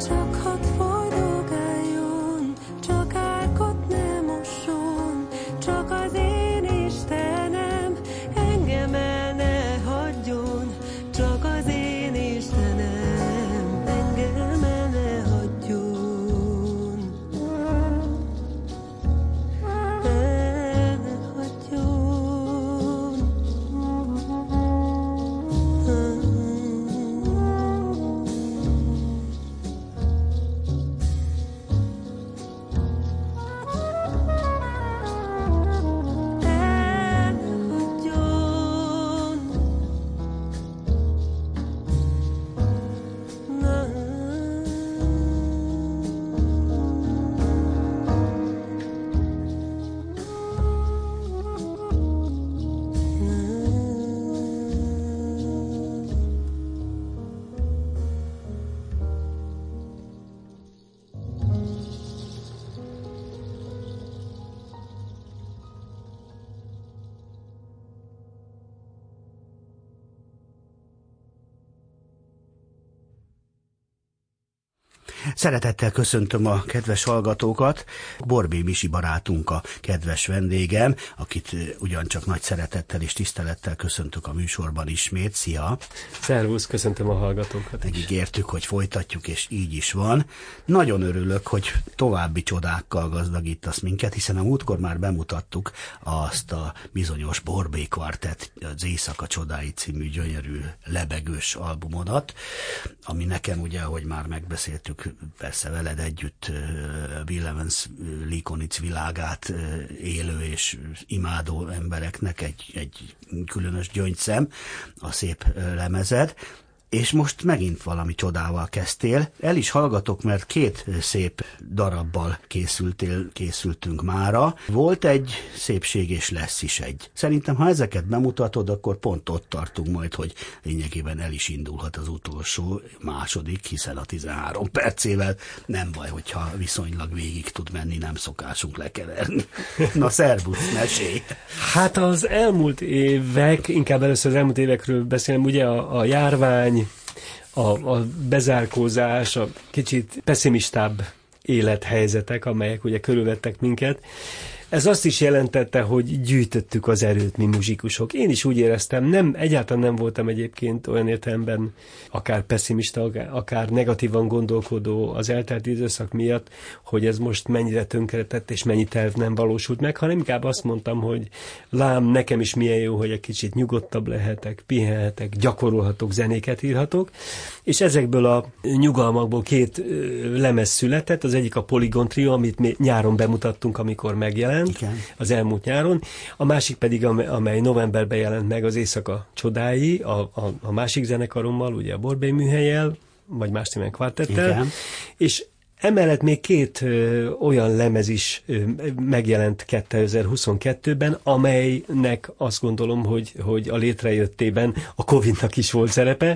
csak hadd fordulgáljon, csak árkot ne mosson, csak az én Istenem engem el ne hagyjon, csak az én Istenem engem el ne hagyjon, el ne hagyjon. Szeretettel köszöntöm a kedves hallgatókat. Borbély Misi barátunk a kedves vendégem, akit ugyancsak nagy szeretettel és tisztelettel köszöntök a műsorban ismét. Szia! Szervusz, köszöntöm a hallgatókat. Megígértük, hogy folytatjuk, és így is van. Nagyon örülök, hogy további csodákkal gazdagítasz minket, hiszen a múltkor már bemutattuk azt a bizonyos Borbély Kvartett, az Éjszaka csodái című gyönyörű lebegős albumodat, ami nekem ugye, ahogy már megbeszéltük, persze veled együtt Bill Evans Likonic világát élő és imádó embereknek egy különös gyöngyszem, a szép lemezed. És most megint valami csodával kezdtél. El is hallgatok, mert 2 szép darabbal készültünk mára. Volt egy szépség, és lesz is egy. Szerintem, ha ezeket bemutatod, akkor pont ott tartunk majd, hogy lényegében el is indulhat az utolsó, második, hiszen a 13 percével nem baj, hogyha viszonylag végig tud menni, nem szokásunk lekeverni. Na, szervusz, mesélj! Hát az elmúlt évek, inkább először az elmúlt évekről beszélem, ugye a járvány, a bezárkózás, a kicsit pessimistább élethelyzetek, amelyek ugye körülvettek minket. Ez azt is jelentette, hogy gyűjtöttük az erőt mi muzsikusok. Én is úgy éreztem, egyáltalán nem voltam egyébként olyan értelemben akár pessimista, akár negatívan gondolkodó az eltelt időszak miatt, hogy ez most mennyire tönkretett és mennyi terv nem valósult meg, hanem inkább azt mondtam, hogy lám, nekem is milyen jó, hogy egy kicsit nyugodtabb lehetek, pihenhetek, gyakorolhatok, zenéket írhatok, és ezekből a nyugalmakból 2 lemez született, az egyik a Polygon Trio, amit mi nyáron bemutattunk, amikor megjelent, igen, az elmúlt nyáron, a másik pedig, amely novemberben jelent meg, az Éjszaka csodái, a másik zenekarommal, ugye a Borbély Műhellyel, vagy más néven kvartettel, igen. És emellett még 2 olyan lemez is megjelent 2022-ben, amelynek azt gondolom, hogy a létrejöttében a Covid-nak is volt szerepe.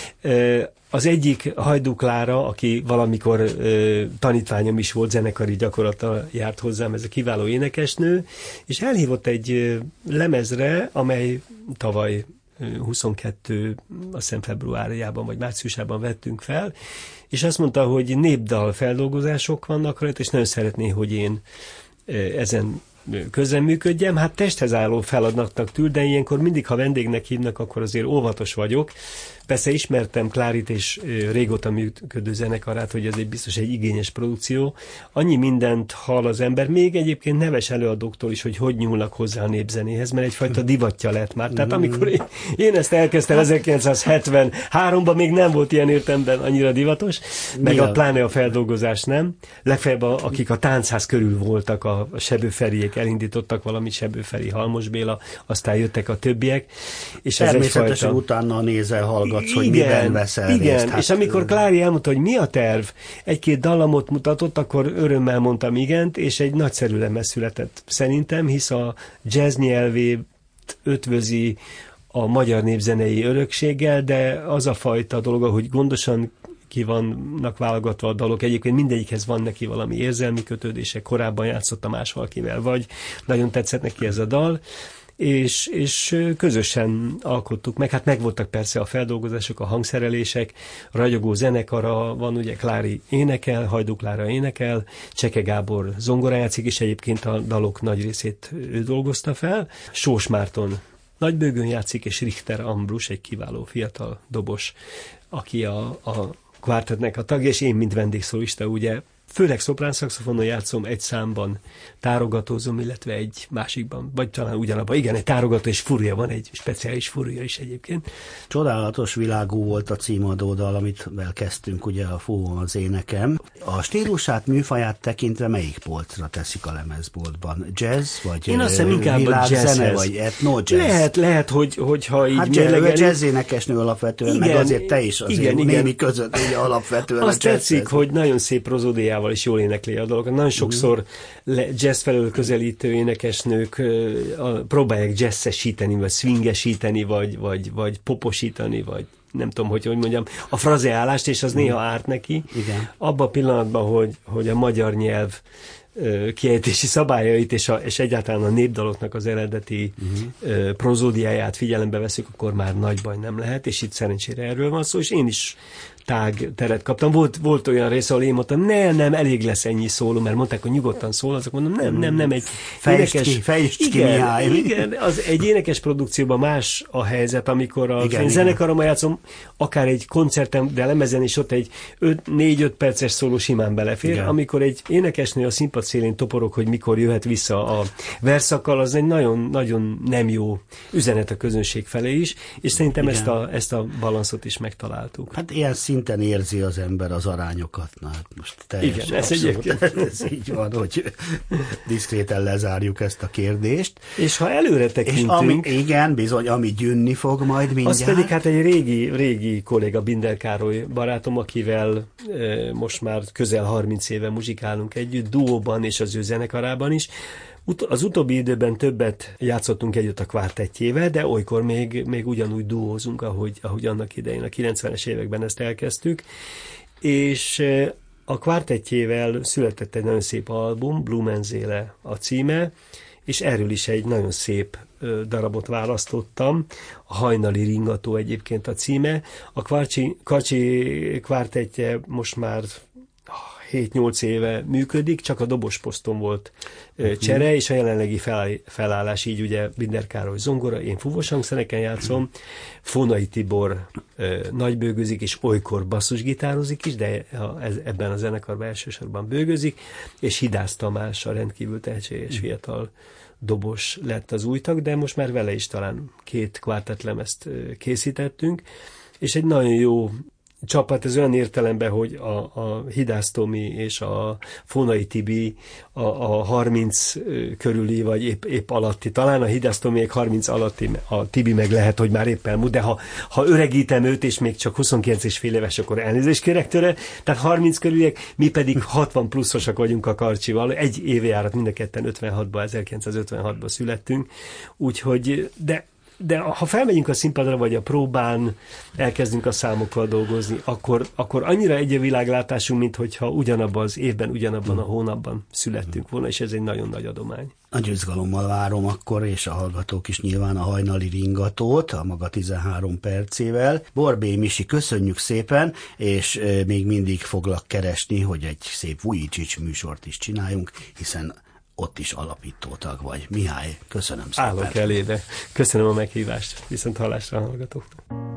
Az egyik Hajdú Klára, aki valamikor tanítványom is volt, zenekari gyakorlattal járt hozzám, ez a kiváló énekesnő, és elhívott egy lemezre, amely tavaly 22, azt hiszem februárjában vagy márciusában vettünk fel, és azt mondta, hogy népdal feldolgozások vannak rajta, és nagyon szeretné, hogy én ezen közreműködjem. Hát testhez álló feladatnak tűr, de ilyenkor mindig, ha vendégnek hívnak, akkor azért óvatos vagyok. Persze ismertem Klárit és régóta működő zenekarát, hogy ez biztos egy igényes produkció. Annyi mindent hall az ember, még egyébként neves előadóktól is, hogy nyúlnak hozzá a népzenéhez, mert egyfajta divatja lett már. Tehát amikor én ezt elkezdtem 1973-ban, még nem volt ilyen értelemben annyira divatos, meg a pláne a feldolgozás nem. Legfeljebb akik a táncház körül voltak, a Sebőferiek elindítottak valami, Sebőferi, Halmos Béla, aztán jöttek a többiek. És természetesen utána nézel, hallgatsz, hogy miben veszel részt. Hát, és amikor Klári elmondta, hogy mi a terv, 1-2 dallamot mutatott, akkor örömmel mondtam igent, és egy nagyszerű lemez született szerintem, hisz a jazz nyelvét ötvözi a magyar népzenei örökséggel, de az a fajta dolog, hogy gondosan ki vannak válogatva a dalok. Egyébként mindegyikhez van neki valami érzelmi kötődése, korábban játszott a más valakivel, vagy nagyon tetszett neki ez a dal, és közösen alkottuk meg. Hát megvoltak persze a feldolgozások, a hangszerelések, a ragyogó zenekara van, ugye Klári énekel, Hajdú Klára énekel, Cseke Gábor zongorájátszik, és egyébként a dalok nagy részét ő dolgozta fel. Sós Márton nagybőgőn játszik, és Richter Ambrus, egy kiváló fiatal dobos, aki a kvártetnek a tagja, és én, mint vendégszólista, ugye főleg szoprán szaxofonon játszom, egy számban tárogatózom, illetve egy másikban, vagy talán ugyanabban. Igen, egy tárogató és fúria van, egy speciális fúria is egyébként. Csodálatos világú volt a címadódal, amit kezdtünk, ugye a Fú az énekem. A stílusát, műfaját tekintve melyik polcra teszik a lemezboltban? Jazz, vagy én azt hiszem inkább a jazzhez. Vagy etno-jazz? Lehet, hogyha így hát mérlegelni. Jazz énekesnő alapvetően, igen, meg azért te is azért némi között ugye alapvetően azt tetszik, hogy nagyon szép prozódiával is jól énekli a dolgokat. Nagyon sokszor jazz felől közelítő énekesnők próbálják jazzesíteni, vagy swingesíteni, vagy poposítani, vagy nem tudom, hogy mondjam, a frazeálást, és az néha árt neki. Igen. Abban a pillanatban, hogy a magyar nyelv kiejtési szabályait és egyáltalán a népdaloknak az eredeti prozódiáját figyelembe veszük, akkor már nagy baj nem lehet, és itt szerencsére erről van szó, és én is tág teret kaptam. Volt olyan rész, ahol én mondtam, nem, elég lesz ennyi szóló, mert mondták, hogy nyugodtan szól, azok mondom, nem, egy fejtsd ki, Mihály. Igen, egy énekes produkcióban más a helyzet, amikor a zenekarommal játszom, akár egy koncerten, de lemezen is ott egy 4-5 perces szóló simán belefér, igen. Amikor egy énekesnő a színpad szélén toporog, hogy mikor jöhet vissza a verszakkal, az egy nagyon nem jó üzenet a közönség felé is, és szerintem ezt a balanszot is megtaláltuk. Hát ilyen szinten érzi az ember az arányokat. Na, most teljesen igen, ez egyébként. Ez így van, hogy diszkréten lezárjuk ezt a kérdést. És ha előre tekintünk... Igen, bizony, ami gyűnni fog majd mindjárt. Az pedig hát egy régi kolléga, Binder Károly barátom, akivel most már közel 30 éve muzsikálunk együtt, duóban és az ő zenekarában is. Az utóbbi időben többet játszottunk együtt a kvártettjével, de olykor még ugyanúgy duózunk, ahogy annak idején, a 90-es években ezt elkezdtük. És a kvártettjével született egy nagyon szép album, Blumenzéle a címe, és erről is egy nagyon szép darabot választottam. A Hajnali ringató egyébként a címe. A Karcsi kvártettje most már 7-8 éve működik, csak a dobos poszton volt csere, és a jelenlegi felállás így ugye Binder Károly zongora, én fúvós hangszereken játszom, Fonai Tibor nagybőgőzik, és olykor basszusgitározik is, de ebben a zenekarban elsősorban bőgőzik, és Hidász Tamás, a rendkívül tehetséges fiatal dobos lett az új tag, de most már vele is talán 2 kvártettlemezt készítettünk, és egy nagyon jó csapat, ez olyan értelemben, hogy a Hidász Tomi és a Fonai Tibi a 30 körüli, vagy épp alatti. Talán a Hidász Tomiék 30 alatti, a Tibi meg lehet, hogy már épp elmúlt, de ha öregítem őt, és még csak 29 és fél éves, akkor elnézést kérek tőle. Tehát 30 körüliek, mi pedig 60 pluszosak vagyunk a Karcsival. Egy évjárat mind a ketten 1956-ban születtünk. Úgyhogy, de ha felmegyünk a színpadra, vagy a próbán elkezdünk a számokkal dolgozni, akkor annyira egy a világlátásunk, mint hogyha ugyanabban az évben, ugyanabban a hónapban születtünk volna, és ez egy nagyon nagy adomány. Nagy izgalommal várom akkor, és a hallgatók is nyilván a Hajnali ringatót, a maga 13 percével. Borbély Misi, köszönjük szépen, és még mindig foglak keresni, hogy egy szép Vujicic műsort is csináljunk, hiszen ott is alapítótag vagy. Mihály, köszönöm szépen. Állok elébe. Köszönöm a meghívást. Viszont hallásra a hallgatóknak.